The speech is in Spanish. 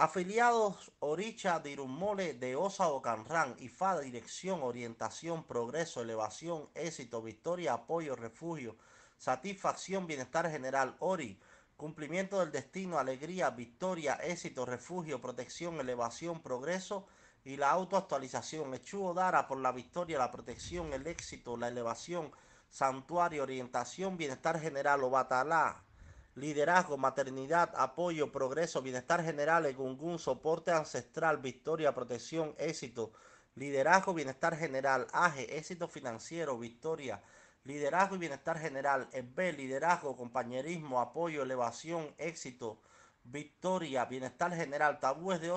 Afiliados Oricha Dirumole de Osa Ocanran, IFA, dirección, orientación, progreso, elevación, éxito, victoria, apoyo, refugio, satisfacción, bienestar general, Ori, cumplimiento del destino, alegría, victoria, éxito, refugio, protección, elevación, progreso y la autoactualización. Echuo Dara por la victoria, la protección, el éxito, la elevación, santuario, orientación, bienestar general, Obatalá, liderazgo, maternidad, apoyo, progreso, bienestar general, egungun, soporte ancestral, victoria, protección, éxito, liderazgo, bienestar general, AGE, éxito financiero, victoria, liderazgo y bienestar general, EB, liderazgo, compañerismo, apoyo, elevación, éxito, victoria, bienestar general, tabúes de